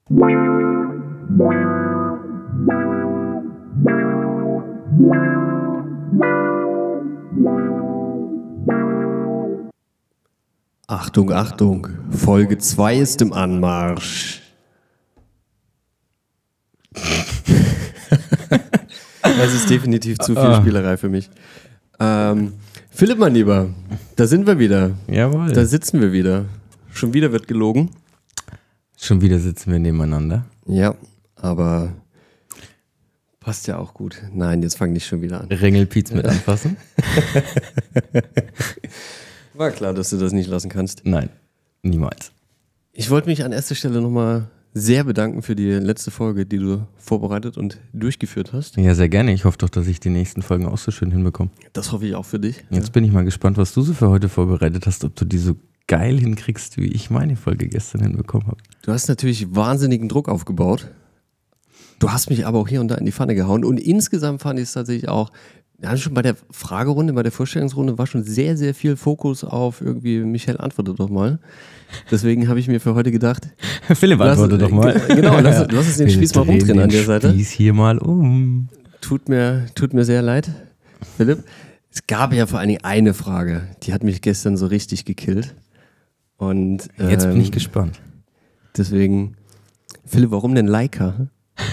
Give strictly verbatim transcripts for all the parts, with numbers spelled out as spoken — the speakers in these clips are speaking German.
Achtung, Achtung, Folge zwei ist im Anmarsch. Das ist definitiv zu viel Spielerei für mich. Ähm, Philipp, mein Lieber, da sind wir wieder. Jawohl. Da sitzen wir wieder. Schon wieder wird gelogen. Schon wieder sitzen wir nebeneinander. Ja, aber passt ja auch gut. Nein, jetzt fang nicht schon wieder an. Ringelpiez mit anfassen? War klar, dass du das nicht lassen kannst. Nein, niemals. Ich wollte mich an erster Stelle nochmal sehr bedanken für die letzte Folge, die du vorbereitet und durchgeführt hast. Ja, sehr gerne. Ich hoffe doch, dass ich die nächsten Folgen auch so schön hinbekomme. Das hoffe ich auch für dich. Jetzt ja. bin ich mal gespannt, was du so für heute vorbereitet hast, ob du die so geil hinkriegst, wie ich meine Folge gestern hinbekommen habe. Du hast natürlich wahnsinnigen Druck aufgebaut. Du hast mich aber auch hier und da in die Pfanne gehauen. Und insgesamt fand ich es tatsächlich auch, ja, schon bei der Fragerunde, bei der Vorstellungsrunde war schon sehr, sehr viel Fokus auf irgendwie, Michael, antworte doch mal. Deswegen habe ich mir für heute gedacht, Philipp, antworte doch mal. Genau, lass, lass uns den Spieß mal rumdrehen an der Seite. Spieß hier mal um. Tut mir, tut mir sehr leid, Philipp. Es gab ja vor allen Dingen eine Frage, die hat mich gestern so richtig gekillt. Und, ähm, Jetzt bin ich gespannt. Deswegen, Philipp, warum denn Leica?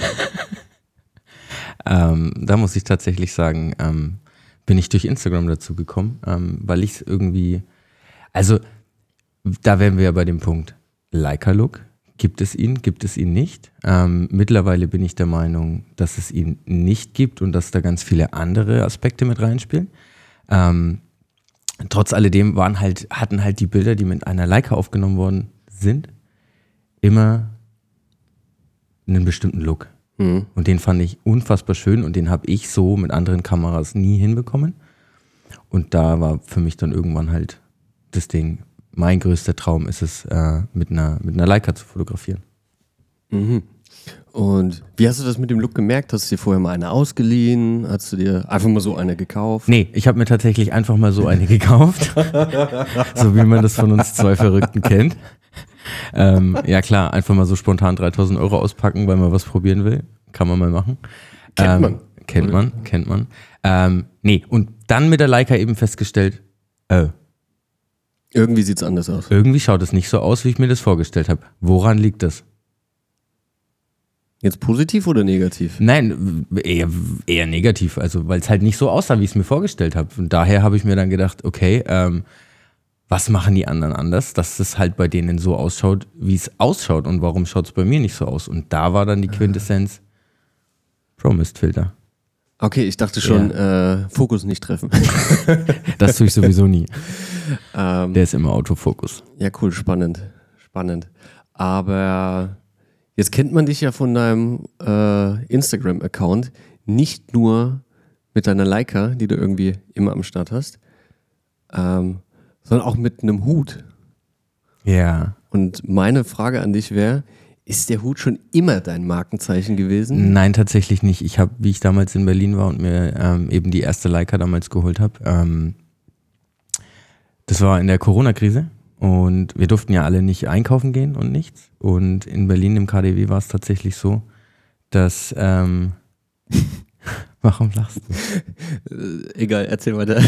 ähm, da muss ich tatsächlich sagen, ähm, bin ich durch Instagram dazu gekommen, ähm, weil ich es irgendwie, also da wären wir ja bei dem Punkt Leica-Look. Gibt es ihn, gibt es ihn nicht? Ähm, mittlerweile bin ich der Meinung, dass es ihn nicht gibt und dass da ganz viele andere Aspekte mit reinspielen. Ähm, trotz alledem waren halt, hatten halt die Bilder, die mit einer Leica aufgenommen worden sind, immer einen bestimmten Look. Mhm. Und den fand ich unfassbar schön und den habe ich so mit anderen Kameras nie hinbekommen. Und da war für mich dann irgendwann halt das Ding, mein größter Traum ist es, äh, mit einer, mit einer Leica zu fotografieren. Mhm. Und wie hast du das mit dem Look gemerkt? Hast du dir vorher mal eine ausgeliehen? Hast du dir einfach mal so eine gekauft? Nee, ich habe mir tatsächlich einfach mal so eine gekauft. So wie man das von uns zwei Verrückten kennt. Ähm, ja klar, einfach mal so spontan dreitausend Euro auspacken, weil man was probieren will. Kann man mal machen. Kennt ähm, man. Kennt man, kennt man. Ähm, nee, und dann mit der Leica eben festgestellt, äh, irgendwie sieht es anders aus. Irgendwie schaut es nicht so aus, wie ich mir das vorgestellt habe. Woran liegt das? Jetzt positiv oder negativ? Nein, eher, eher negativ, also weil es halt nicht so aussah, wie ich es mir vorgestellt habe. Und daher habe ich mir dann gedacht, okay, ähm, was machen die anderen anders, dass es halt bei denen so ausschaut, wie es ausschaut und warum schaut es bei mir nicht so aus? Und da war dann die Quintessenz Pro-Mist-Filter. Okay, ich dachte schon, ja. äh, Fokus nicht treffen. Das tue ich sowieso nie. ähm, Der ist immer Autofokus. Ja, cool, spannend, spannend. Aber jetzt kennt man dich ja von deinem äh, Instagram-Account nicht nur mit deiner Leica, die du irgendwie immer am Start hast, ähm, sondern auch mit einem Hut. Ja. Und meine Frage an dich wäre, ist der Hut schon immer dein Markenzeichen gewesen? Nein, tatsächlich nicht. Ich habe, wie ich damals in Berlin war und mir ähm, eben die erste Leica damals geholt habe, ähm, das war in der Corona-Krise und wir durften ja alle nicht einkaufen gehen und nichts. Und in Berlin im K D W war es tatsächlich so, dass ähm, warum lachst du? Äh, egal, erzähl weiter.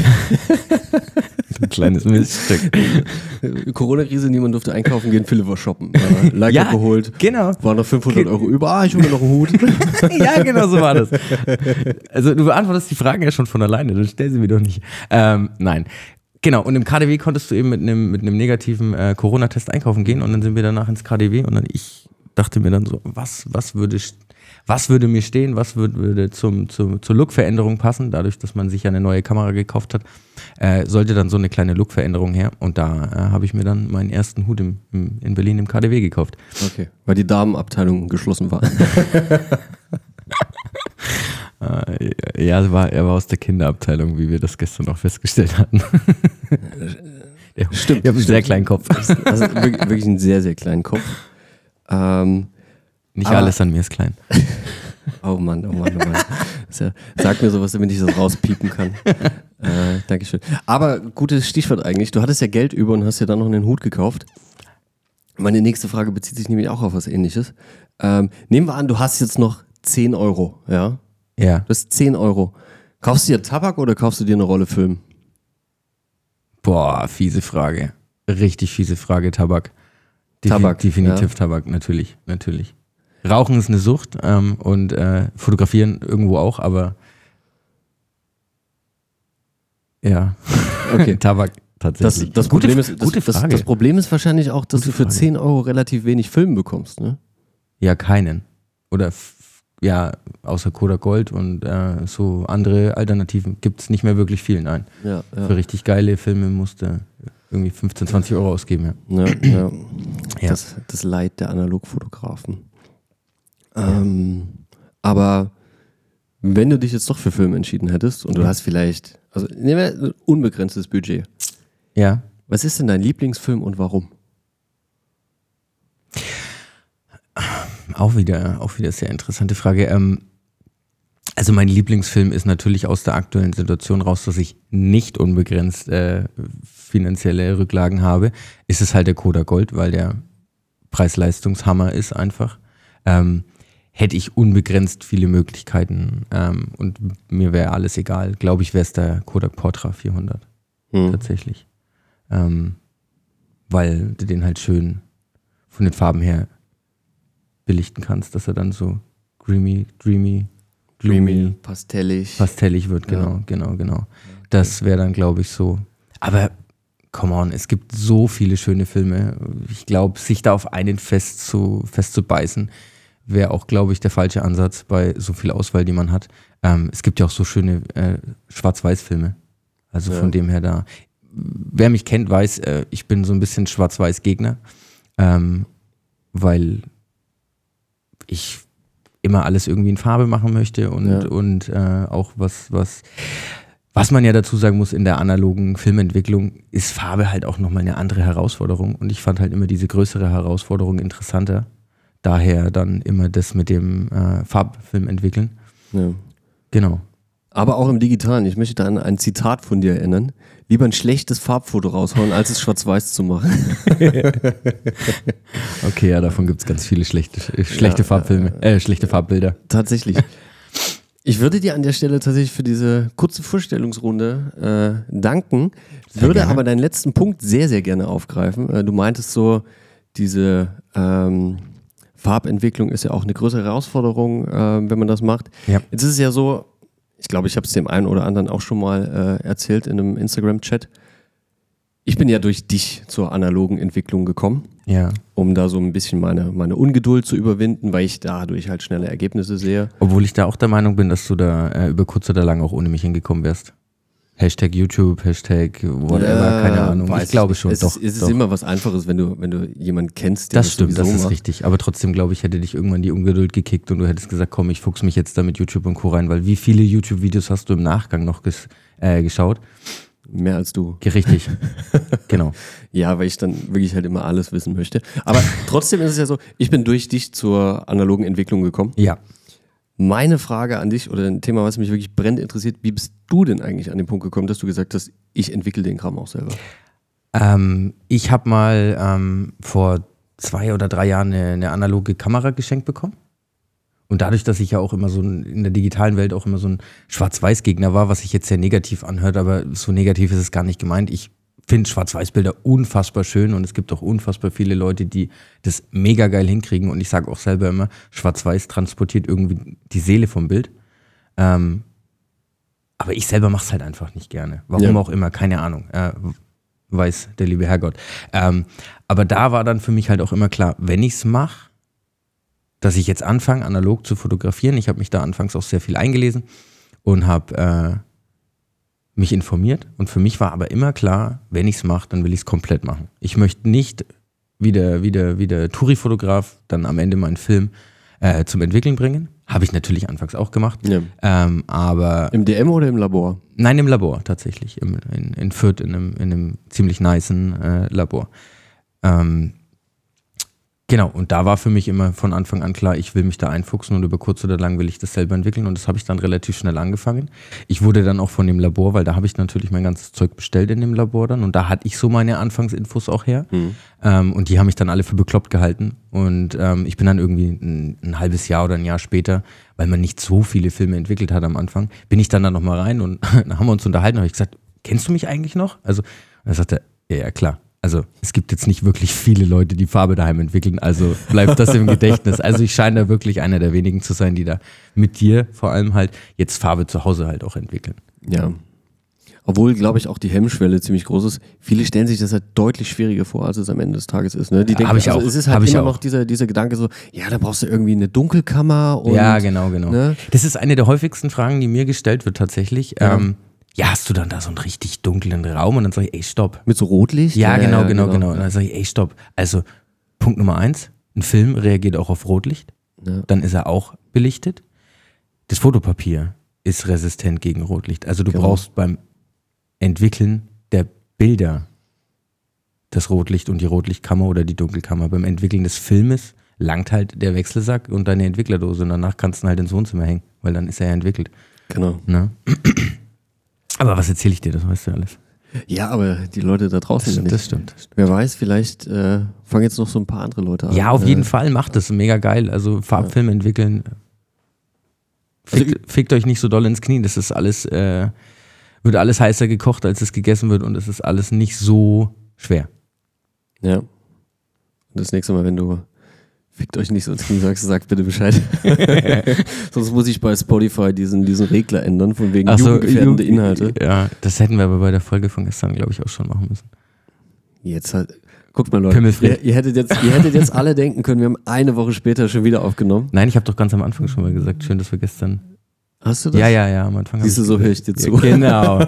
Ein kleines Miststück. Corona-Krise, niemand durfte einkaufen gehen, Philipp war shoppen. Äh, Leica ja, geholt, genau. War noch fünfhundert Euro über, ah, ich hole mir noch einen Hut. Ja, genau so war das. Also du beantwortest die Fragen ja schon von alleine, dann stell sie mir doch nicht. Ähm, nein. Genau, und im K D W konntest du eben mit einem mit einem negativen äh, Corona-Test einkaufen gehen und dann sind wir danach ins K D W und dann ich dachte mir dann so, was, was würde was würde mir stehen, was würde, würde zum, zum, zur Look-Veränderung passen, dadurch, dass man sich ja eine neue Kamera gekauft hat, äh, sollte dann so eine kleine Look-Veränderung her und da äh, habe ich mir dann meinen ersten Hut im, im, in Berlin im K D W gekauft. Okay, weil die Damenabteilung geschlossen war. äh, ja, war, er war aus der Kinderabteilung, wie wir das gestern noch festgestellt hatten. Der, stimmt. Ich habe einen sehr kleinen Kopf. Also wirklich, wirklich einen sehr, sehr kleinen Kopf. Ähm, Nicht aber, alles an mir ist klein. Oh Mann, oh Mann, oh Mann. Ja, sag mir sowas, damit ich das rauspiepen kann. Äh, Dankeschön. Aber gutes Stichwort eigentlich. Du hattest ja Geld über und hast ja dann noch einen Hut gekauft. Meine nächste Frage bezieht sich nämlich auch auf was Ähnliches. Ähm, nehmen wir an, du hast jetzt noch zehn Euro, ja? Ja. Das ist zehn Euro. Kaufst du dir Tabak oder kaufst du dir eine Rolle Film? Boah, fiese Frage. Richtig fiese Frage, Tabak. Defi- Tabak, Definitiv ja. Tabak, natürlich, natürlich. Rauchen ist eine Sucht ähm, und äh, fotografieren irgendwo auch, aber ja, Okay. Tabak Das, tatsächlich. das, Gute, Problem ist, das, gute das, Frage. das Problem ist wahrscheinlich auch, dass Gute du für Frage. zehn Euro relativ wenig Film bekommst, ne? Ja, keinen. Oder f- ja, außer Kodak Gold und äh, so andere Alternativen gibt es nicht mehr wirklich viel, nein. Ja, ja. Für richtig geile Filme musste irgendwie fünfzehn, zwanzig Euro ausgeben, ja. Ja, ja. Ja. Das, das Leid der Analogfotografen. Ähm, aber wenn du dich jetzt doch für Film entschieden hättest und du hast vielleicht, also nehmen wir ein unbegrenztes Budget. Ja. Was ist denn dein Lieblingsfilm und warum? Auch wieder, auch wieder sehr interessante Frage. Ähm, also mein Lieblingsfilm ist natürlich aus der aktuellen Situation raus, dass ich nicht unbegrenzt äh, finanzielle Rücklagen habe, ist es halt der Kodak Gold, weil der Preis-Leistungshammer ist einfach. Ähm, hätte ich unbegrenzt viele Möglichkeiten ähm, und mir wäre alles egal, glaube ich, wäre es der Kodak Portra vierhundert Hm. tatsächlich. Ähm, weil du den halt schön von den Farben her belichten kannst, dass er dann so dreamy, dreamy, gloomy, pastellig. pastellig wird, genau, Ja. genau, genau. Das wäre dann, glaube ich, so. Aber, come on, es gibt so viele schöne Filme. Ich glaube, sich da auf einen fest zu, festzubeißen, wäre auch, glaube ich, der falsche Ansatz bei so viel Auswahl, die man hat. Ähm, es gibt ja auch so schöne äh, Schwarz-Weiß-Filme. Also Ja. von dem her da. Wer mich kennt, weiß, äh, ich bin so ein bisschen Schwarz-Weiß-Gegner, ähm, weil ich immer alles irgendwie in Farbe machen möchte und, Ja. und äh, auch was, was, was man ja dazu sagen muss, in der analogen Filmentwicklung ist Farbe halt auch nochmal eine andere Herausforderung und ich fand halt immer diese größere Herausforderung interessanter. Daher dann immer das mit dem äh, Farbfilm entwickeln. Ja. Genau. Aber auch im Digitalen. Ich möchte da an ein Zitat von dir erinnern. Lieber ein schlechtes Farbfoto raushauen, als es schwarz-weiß zu machen. Okay, ja, davon gibt es ganz viele schlechte, äh, schlechte Ja, Farbfilme, äh, schlechte Farbbilder. Tatsächlich. Ich würde dir an der Stelle tatsächlich für diese kurze Vorstellungsrunde äh, danken, Sehr würde gerne. aber deinen letzten Punkt sehr, sehr gerne aufgreifen. Äh, du meintest so, diese ähm, Farbentwicklung ist ja auch eine größere Herausforderung, äh, wenn man das macht. Ja. Jetzt ist es ja so, ich glaube, ich habe es dem einen oder anderen auch schon mal äh, erzählt in einem Instagram-Chat. Ich bin ja durch dich zur analogen Entwicklung gekommen, Ja. um da so ein bisschen meine, meine Ungeduld zu überwinden, weil ich dadurch halt schnelle Ergebnisse sehe. Obwohl ich da auch der Meinung bin, dass du da äh, über kurz oder lang auch ohne mich hingekommen wärst. Hashtag YouTube, Hashtag whatever, Ja, keine Ahnung. weiß Ich glaube nicht. schon, es doch. Ist, es ist doch. immer was Einfaches, wenn du, wenn du jemanden kennst, der Das stimmt, das sowieso ist macht. richtig. Aber trotzdem, glaube ich, hätte dich irgendwann die Ungeduld gekickt und du hättest gesagt, komm, ich fuchs mich jetzt da mit YouTube und Co. rein, weil wie viele YouTube-Videos hast du im Nachgang noch ges äh, geschaut? Mehr als du. Richtig. Genau. Ja, weil ich dann wirklich halt immer alles wissen möchte. Aber trotzdem ist es ja so, ich bin durch dich zur analogen Entwicklung gekommen. Ja. Meine Frage an dich oder ein Thema, was mich wirklich brennend interessiert, wie bist du denn eigentlich an den Punkt gekommen, dass du gesagt hast, ich entwickle den Kram auch selber? Ähm, ich habe mal ähm, vor zwei oder drei Jahren eine, eine analoge Kamera geschenkt bekommen. Und dadurch, dass ich ja auch immer so ein, in der digitalen Welt auch immer so ein Schwarz-Weiß-Gegner war, was sich jetzt sehr negativ anhört, aber so negativ ist es gar nicht gemeint. Ich finde Schwarz-Weiß-Bilder unfassbar schön und es gibt auch unfassbar viele Leute, die das mega geil hinkriegen. Und ich sage auch selber immer, Schwarz-Weiß transportiert irgendwie die Seele vom Bild. Ähm, aber ich selber mache es halt einfach nicht gerne. Warum Ja. auch immer, keine Ahnung. Äh, weiß der liebe Herrgott. Ähm, aber da war dann für mich halt auch immer klar, wenn ich es mache, dass ich jetzt anfange, analog zu fotografieren. Ich habe mich da anfangs auch sehr viel eingelesen und habe äh, mich informiert. Und für mich war aber immer klar, wenn ich es mache, dann will ich es komplett machen. Ich möchte nicht wie der, wie der, wie der Touri-Fotograf dann am Ende meinen Film äh, zum Entwickeln bringen. Habe ich natürlich anfangs auch gemacht. Ja. Ähm, aber Im D M oder im Labor? nein, im Labor tatsächlich. Im, in, in Fürth, in einem, in einem ziemlich nicen äh, Labor. Ähm, Genau, und da war für mich immer von Anfang an klar, ich will mich da einfuchsen und über kurz oder lang will ich das selber entwickeln und das habe ich dann relativ schnell angefangen. Ich wurde dann auch von dem Labor, weil da habe ich natürlich mein ganzes Zeug bestellt in dem Labor dann und da hatte ich so meine Anfangsinfos auch her mhm. ähm, und die haben mich dann alle für bekloppt gehalten und ähm, ich bin dann irgendwie ein, ein halbes Jahr oder ein Jahr später, weil man nicht so viele Filme entwickelt hat am Anfang, bin ich dann da nochmal rein und dann haben wir uns unterhalten und habe ich gesagt, kennst du mich eigentlich noch? Also, und er sagte, ja, ja klar. Also es gibt jetzt nicht wirklich viele Leute, die Farbe daheim entwickeln, also bleibt das im Gedächtnis. Also ich scheine da wirklich einer der wenigen zu sein, die da mit dir vor allem halt jetzt Farbe zu Hause halt auch entwickeln. Ja, obwohl, glaube ich, auch die Hemmschwelle ziemlich groß ist. Viele stellen sich das halt deutlich schwieriger vor, als es am Ende des Tages ist. Ne? Die denken, ich also auch. es ist halt Hab immer ich noch dieser, dieser Gedanke so, ja, da brauchst du irgendwie eine Dunkelkammer. Und, ja, genau, genau. Ne? Das ist eine der häufigsten Fragen, die mir gestellt wird tatsächlich. Ja. Ähm, ja, hast du dann da so einen richtig dunklen Raum? Und dann sage ich, ey, stopp. Mit so Rotlicht? Ja, ja genau, ja, genau, genau, genau. Und dann sage ich, ey, stopp. Also, Punkt Nummer eins, ein Film reagiert auch auf Rotlicht. Ja. Dann ist er auch belichtet. Das Fotopapier ist resistent gegen Rotlicht. Also du genau. brauchst beim Entwickeln der Bilder das Rotlicht und die Rotlichtkammer oder die Dunkelkammer. Beim Entwickeln des Filmes langt halt der Wechselsack und deine Entwicklerdose und danach kannst du ihn halt ins Wohnzimmer hängen, weil dann ist er ja entwickelt. Genau. Ne? Aber was erzähle ich dir, das weißt du alles. Ja, aber die Leute da draußen Das, nicht. das stimmt. Wer weiß, vielleicht äh, fangen jetzt noch so ein paar andere Leute an. Ja, auf äh, jeden Fall, macht das, mega geil. Also Farbfilme ja. entwickeln, fickt, also, fickt euch nicht so doll ins Knie, das ist alles, äh, wird alles heißer gekocht, als es gegessen wird und es ist alles nicht so schwer. Ja. Und das nächste Mal, wenn du fickt euch nicht so ins Knie sagst, sag bitte Bescheid. Sonst muss ich bei Spotify diesen, diesen Regler ändern, von wegen so, jugendgefährdende Inhalte. Ja, das hätten wir aber bei der Folge von gestern, glaube ich, auch schon machen müssen. Jetzt halt, guckt mal Leute, ihr, ihr, hättet jetzt, ihr hättet jetzt alle denken können, wir haben eine Woche später schon wieder aufgenommen. Nein, ich habe doch ganz am Anfang schon mal gesagt, schön, dass wir gestern... Hast du das? Ja, ja, ja, am Anfang. Siehst du, so höre ich dir zu. Ja, genau.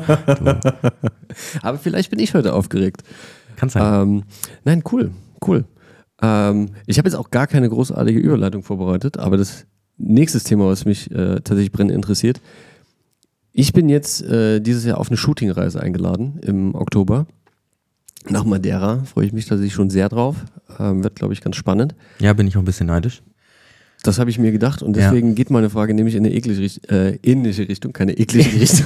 Aber vielleicht bin ich heute aufgeregt. Kann sein. Ähm, nein, cool, cool. Ähm, ich habe jetzt auch gar keine großartige Überleitung vorbereitet, aber das nächste Thema, was mich äh, tatsächlich brennend interessiert. Ich bin jetzt äh, dieses Jahr auf eine Shootingreise eingeladen im Oktober nach Madeira. Freue ich mich tatsächlich schon sehr drauf. Ähm, wird, glaube ich, ganz spannend. Ja, bin ich auch ein bisschen neidisch. Das habe ich mir gedacht und deswegen ja. geht meine Frage nämlich in eine eklige, äh, ähnliche Richtung, keine eklige Richtung.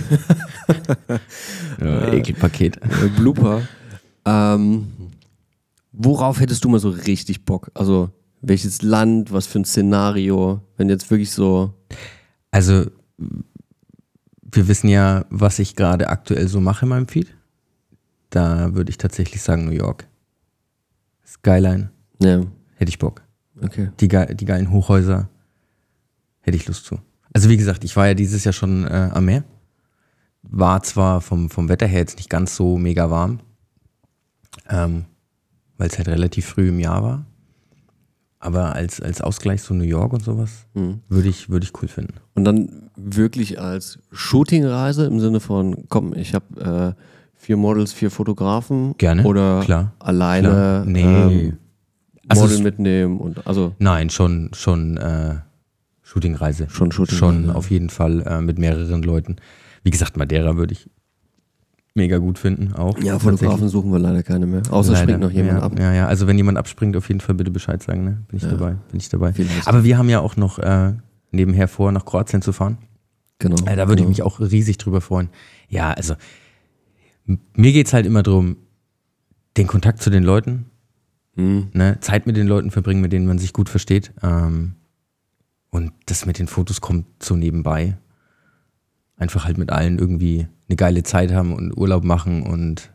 ja, Ekelpaket. Äh, Blooper. Ähm, worauf hättest du mal so richtig Bock? Also welches Land, was für ein Szenario, wenn jetzt wirklich so... Also wir wissen ja, was ich gerade aktuell so mache in meinem Feed. Da würde ich tatsächlich sagen New York. Skyline. Ja. Hätte ich Bock. Okay. Die, die geilen Hochhäuser, hätte ich Lust zu. Also wie gesagt, ich war ja dieses Jahr schon äh, am Meer. War zwar vom, vom Wetter her jetzt nicht ganz so mega warm, ähm, weil es halt relativ früh im Jahr war. Aber als, als Ausgleich so New York und sowas mhm. würde ich, würd ich cool finden. Und dann wirklich als Shootingreise im Sinne von, komm, ich habe äh, vier Models, vier Fotografen. Gerne, oder klar. alleine Klar. Nee. Ähm, Also Model mitnehmen und also. Nein, schon, schon äh, Shootingreise. Schon Shootingreise. Schon auf jeden Fall äh, mit mehreren Leuten. Wie gesagt, Madeira würde ich mega gut finden auch. Ja, Fotografen suchen wir leider keine mehr. Außer leider. springt noch jemand ja, ab. Ja, ja, also wenn jemand abspringt, auf jeden Fall bitte Bescheid sagen, ne? Bin ich ja. dabei, bin ich dabei. Vielleicht. Aber wir haben ja auch noch äh, nebenher vor, nach Kroatien zu fahren. Genau. Äh, da würde genau. ich mich auch riesig drüber freuen. Ja, also m- mir geht es halt immer darum, den Kontakt zu den Leuten, Mhm. Ne, Zeit mit den Leuten verbringen, mit denen man sich gut versteht. Ähm, und das mit den Fotos kommt so nebenbei. Einfach halt mit allen irgendwie eine geile Zeit haben und Urlaub machen und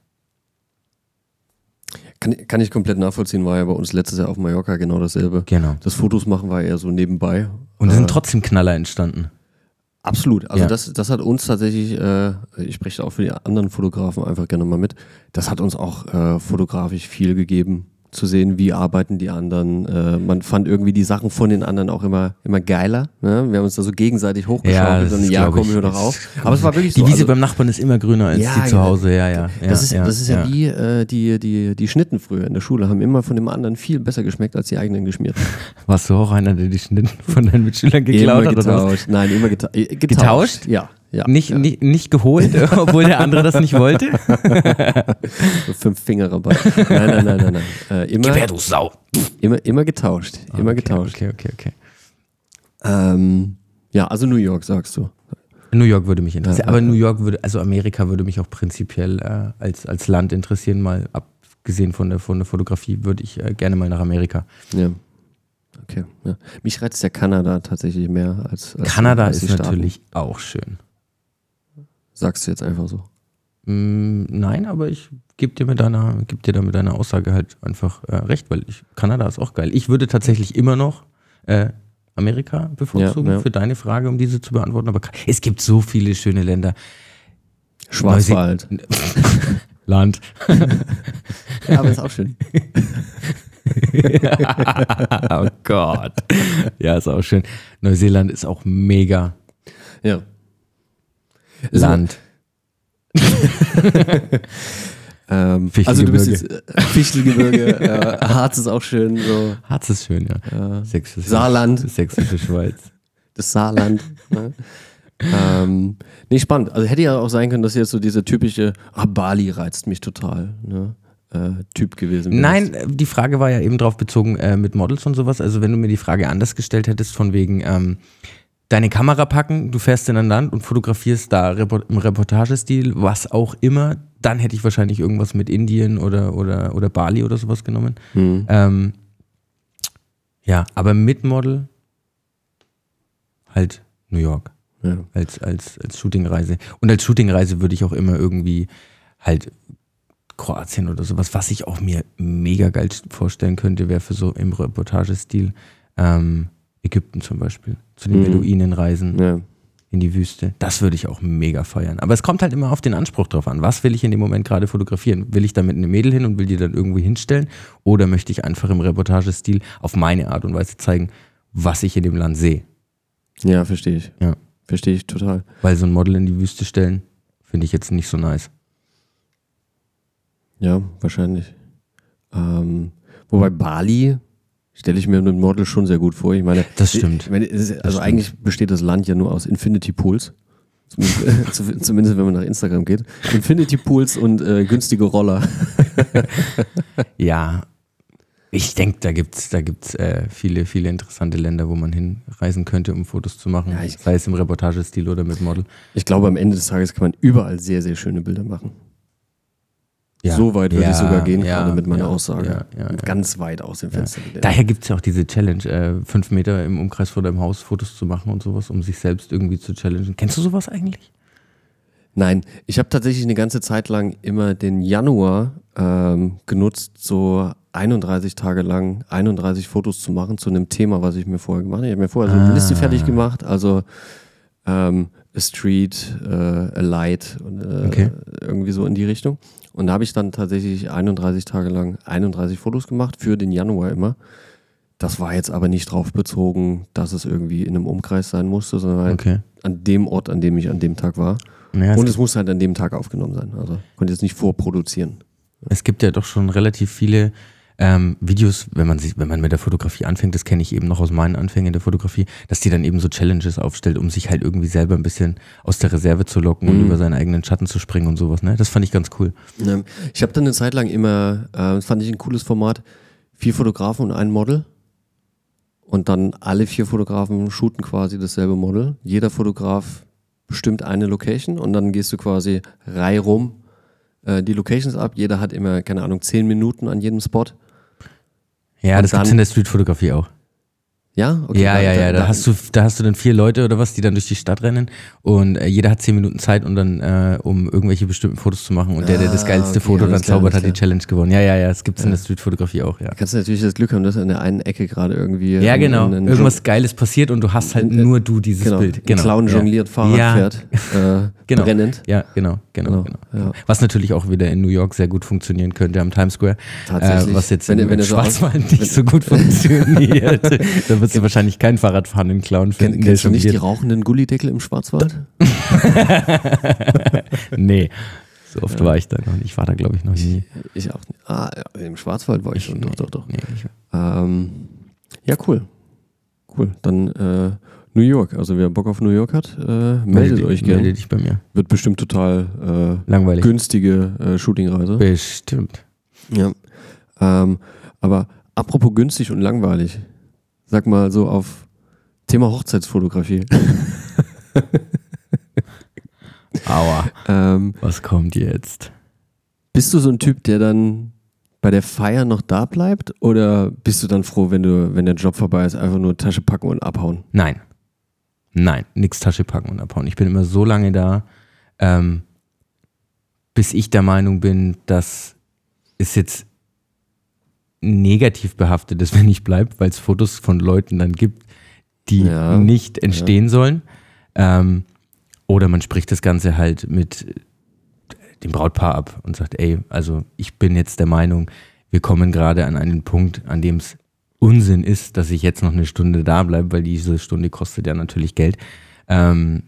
kann, kann ich komplett nachvollziehen, war ja bei uns letztes Jahr auf Mallorca genau dasselbe. Genau. Das Fotos machen war eher so nebenbei. Und es äh, sind trotzdem Knaller entstanden. Absolut. Also ja. das, das hat uns tatsächlich, äh, ich spreche auch für die anderen Fotografen einfach gerne mal mit, das hat uns auch äh, fotografisch viel gegeben. Zu sehen, wie arbeiten die anderen. Äh, man fand irgendwie die Sachen von den anderen auch immer, immer geiler. Ne? Wir haben uns da so gegenseitig hochgeschaut. Ja, und ja, kommen wir noch auf. Aber es war wirklich die so. Wiese also, beim Nachbarn ist immer grüner als ja, die zu Hause. Ja, ja. ja das ist ja, das ist ja, ja. wie äh, die, die, die Schnitten früher in der Schule, haben immer von dem anderen viel besser geschmeckt als die eigenen geschmierten. Warst du auch einer, der die Schnitten von deinen Mitschülern geklaut immer hat? getauscht. Oder was? Nein, immer geta äh, getauscht. Getauscht? Ja. Ja, nicht, ja. nicht, nicht geholt, obwohl der andere das nicht wollte. So fünf Finger dabei. Nein, nein, nein, nein, nein. Äh, immer, Gib her, du Sau. immer, immer getauscht. Immer okay, getauscht. Okay, okay, okay. Ähm, ja, also New York, sagst du. New York würde mich interessieren. Ja, Aber ja, New York würde, also Amerika würde mich auch prinzipiell äh, als, als Land interessieren, mal abgesehen von der, von der Fotografie, würde ich äh, gerne mal nach Amerika. Ja. Okay. Ja. Mich reizt ja Kanada tatsächlich mehr als. als Kanada als die ist Staaten. natürlich auch schön. Sagst du jetzt einfach so. Mm, nein, aber ich gebe dir, mit deiner, geb dir da mit deiner Aussage halt einfach äh, recht, weil ich, Kanada ist auch geil. Ich würde tatsächlich immer noch äh, Amerika bevorzugen, Ja, ja. für deine Frage, um diese zu beantworten. Aber es gibt so viele schöne Länder. Schwarzwald. Land. Ja, aber ist auch schön. Oh Gott. Ja, ist auch schön. Neuseeland ist auch mega. Ja. Land. Ähm, also du bist jetzt äh, Fichtelgebirge, äh, Harz ist auch schön. So. Harz ist schön, ja. Äh, Sächsische, Saarland. Sächsische Schweiz. Das Saarland. Ne? ähm, nee, spannend. Also hätte ja auch sein können, dass jetzt so diese typische, ah, Bali reizt mich total, ne? äh, Typ gewesen wärst. Nein, die Frage war ja eben drauf bezogen äh, mit Models und sowas. Also wenn du mir die Frage anders gestellt hättest, von wegen ähm, deine Kamera packen, du fährst in ein Land und fotografierst da Report- im Reportagestil, was auch immer, dann hätte ich wahrscheinlich irgendwas mit Indien oder, oder, oder Bali oder sowas genommen. Hm. Ähm, ja, aber mit Model halt New York Ja. als, als, als Shootingreise. Und als Shootingreise würde ich auch immer irgendwie halt Kroatien oder sowas, was ich auch mir mega geil vorstellen könnte, wäre für so im Reportagestil ähm, Ägypten zum Beispiel, zu den Mhm. Beduinenreisen Ja. in die Wüste. Das würde ich auch mega feiern. Aber es kommt halt immer auf den Anspruch drauf an. Was will ich in dem Moment gerade fotografieren? Will ich da mit einem Mädel hin und will die dann irgendwie hinstellen? Oder möchte ich einfach im Reportagestil auf meine Art und Weise zeigen, was ich in dem Land sehe? Ja, verstehe ich. Ja. Verstehe ich total. Weil so ein Model in die Wüste stellen, finde ich jetzt nicht so nice. Ja, wahrscheinlich. Ähm, wobei Bali stelle ich mir ein Model schon sehr gut vor. Ich meine, Das stimmt. Ich meine, es ist, also stimmt. eigentlich besteht das Land ja nur aus Infinity Pools. Zumindest, zu- zumindest wenn man nach Instagram geht. Infinity Pools und äh, günstige Roller. Ja, ich denke, da gibt es da gibt's, äh, viele, viele interessante Länder, wo man hinreisen könnte, um Fotos zu machen. Ja, ich- sei es im Reportagestil oder mit Model. Ich glaube, am Ende des Tages kann man überall sehr, sehr schöne Bilder machen. Ja. So weit würde Ja, ich sogar gehen, ja, gerade mit meiner ja, Aussage. ja, ja, Und ja. ganz weit aus dem Fenster gelehnt. Daher gibt es ja auch diese Challenge, äh, fünf Meter im Umkreis vor deinem Haus Fotos zu machen und sowas, um sich selbst irgendwie zu challengen. Kennst du sowas eigentlich? Nein, ich habe tatsächlich eine ganze Zeit lang immer den Januar ähm, genutzt, so einunddreißig Tage lang einunddreißig Fotos zu machen zu einem Thema, was ich mir vorher gemacht habe. Ich habe mir vorher so eine Ah. Liste fertig gemacht, also ähm, a Street, äh, a Light und äh, Okay. irgendwie so in die Richtung. Und da habe ich dann tatsächlich einunddreißig Tage lang einunddreißig Fotos gemacht, für den Januar immer. Das war jetzt aber nicht drauf bezogen, dass es irgendwie in einem Umkreis sein musste, sondern halt Okay. an dem Ort, an dem ich an dem Tag war. Naja, Und es, es muss halt an dem Tag aufgenommen sein. Also konnte jetzt nicht vorproduzieren. es gibt ja doch schon relativ viele ähm, Videos, wenn man sich, wenn man mit der Fotografie anfängt, das kenne ich eben noch aus meinen Anfängen der Fotografie, dass die dann eben so Challenges aufstellt, um sich halt irgendwie selber ein bisschen aus der Reserve zu locken und Mhm. über seinen eigenen Schatten zu springen und sowas. Ne? Das fand ich ganz cool. Ähm, Ich habe dann eine Zeit lang immer, äh, das fand ich ein cooles Format, vier Fotografen und ein Model. Und dann alle vier Fotografen shooten quasi dasselbe Model. Jeder Fotograf bestimmt eine Location und dann gehst du quasi reihum äh, die Locations ab. Jeder hat immer, keine Ahnung, zehn Minuten an jedem Spot. Ja, Und das gibt's dann- in der Streetfotografie auch. Ja, okay. ja, da- ja, ja. Da, da- hast du, da hast du dann vier Leute oder was, die dann durch die Stadt rennen und äh, jeder hat zehn Minuten Zeit, und dann, äh, um irgendwelche bestimmten Fotos zu machen. Und der, der das Ah, geilste okay, Foto dann alles klar, zaubert, alles hat die klar. Challenge gewonnen. Ja, ja, ja. Das gibt's in der Streetfotografie auch, ja. Da kannst du natürlich das Glück haben, dass an der einen Ecke gerade irgendwie Ja, ein- genau. ein- ein Irgendwas Geiles passiert und du hast halt Äh, nur du dieses genau, Bild. ein Genau. Clown ja. jongliert, Fahrrad Ja. fährt, äh, Genau. brennend. Ja, genau, genau, Genau, genau. ja. Was natürlich auch wieder in New York sehr gut funktionieren könnte am Times Square. Tatsächlich. Äh, was jetzt Wenn in, er- wenn in er so aus- Schwarzwald nicht so gut funktioniert. Da wirst du wahrscheinlich keinen Fahrradfahrenden Clown finden, Kenn, der kennst du nicht die jongliert. rauchenden Gullideckel im Schwarzwald? Nee, so oft war ich da noch nicht. Ich war da, glaube ich, noch nie. Ich auch nicht. Ah, ja, im Schwarzwald war ich schon. Doch, doch, doch. Nee, ich, Ähm, ja, cool. Cool. Dann äh, New York. Also wer Bock auf New York hat, äh, meldet Melde, euch gerne. Melde dich bei mir. Wird bestimmt total äh, Langweilig. günstige äh, Shootingreise. Bestimmt. Ja. Ähm, aber apropos günstig und langweilig. Sag mal so auf Thema Hochzeitsfotografie. Aua. ähm, Was kommt jetzt? bist du so ein Typ, der dann bei der Feier noch da bleibt? Oder bist du dann froh, wenn du, wenn der Job vorbei ist, einfach nur Tasche packen und abhauen? Nein. Nein, nix Tasche packen und abhauen. Ich bin immer so lange da, ähm, bis ich der Meinung bin, dass es jetzt negativ behaftet ist, wenn ich bleibe, weil es Fotos von Leuten dann gibt, die Ja, nicht entstehen ja. sollen. Ähm, oder man spricht das Ganze halt mit dem Brautpaar ab und sagt, ey, also ich bin jetzt der Meinung, wir kommen gerade an einen Punkt, an dem es Unsinn ist, dass ich jetzt noch eine Stunde da bleibe, weil diese Stunde kostet ja natürlich Geld. Ähm,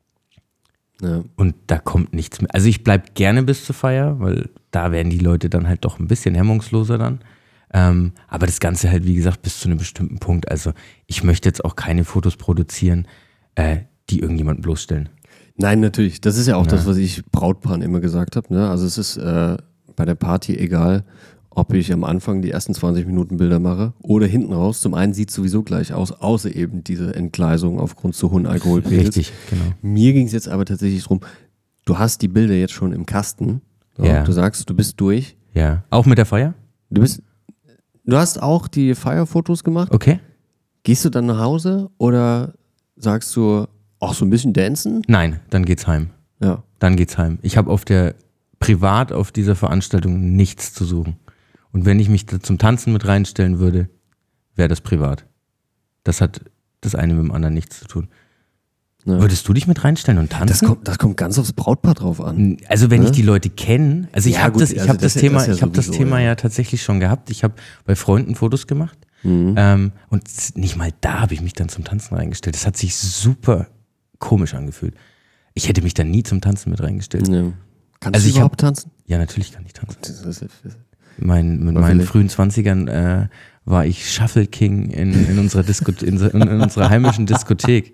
Ja. und da kommt nichts mehr. Also ich bleibe gerne bis zur Feier, weil da werden die Leute dann halt doch ein bisschen hemmungsloser dann. Ähm, aber das Ganze halt, wie gesagt, bis zu einem bestimmten Punkt. Also ich möchte jetzt auch keine Fotos produzieren, äh, die irgendjemanden bloßstellen. Nein, natürlich. Das ist ja auch Ja. das, was ich Brautpaaren immer gesagt habe. Ne? Also es ist äh, bei der Party egal, ob ich am Anfang die ersten zwanzig Minuten Bilder mache oder hinten raus. Zum einen sieht es sowieso gleich aus, außer eben diese Entgleisung aufgrund zu hohen Alkoholpegels. Richtig, genau. Mir ging es jetzt aber tatsächlich darum, du hast die Bilder jetzt schon im Kasten. So, Ja. Du sagst, du bist durch. Ja. Auch mit der Feier? Du bist, du hast auch die Feierfotos gemacht. Okay. Gehst du dann nach Hause oder sagst du, auch so ein bisschen dancen? Nein, dann geht's heim. Ja. Dann geht's heim. Ich habe auf der, privat auf dieser Veranstaltung nichts zu suchen. Und wenn ich mich da zum Tanzen mit reinstellen würde, wäre das privat. Das hat das eine mit dem anderen nichts zu tun. Ja. Würdest du dich mit reinstellen und tanzen? Das kommt, das kommt ganz aufs Brautpaar drauf an. Also wenn Ne? ich die Leute kenne, also ich Ja, habe gut, das, ich also hab das, das- Thema, das ja ich habe das sowieso, Thema ja. ja tatsächlich schon gehabt. Ich habe bei Freunden Fotos gemacht Mhm. ähm, und nicht mal da habe ich mich dann zum Tanzen reingestellt. Das hat sich super komisch angefühlt. Ich hätte mich dann nie zum Tanzen mit reingestellt. Ja. Kannst Also du ich überhaupt tanzen? Ja, natürlich kann ich tanzen. Das ist, das ist, Mein, mit Aber meinen vielleicht- frühen Zwanzigern äh, war ich Shuffle King in, in, unserer Disco, in, in, in unserer heimischen Diskothek.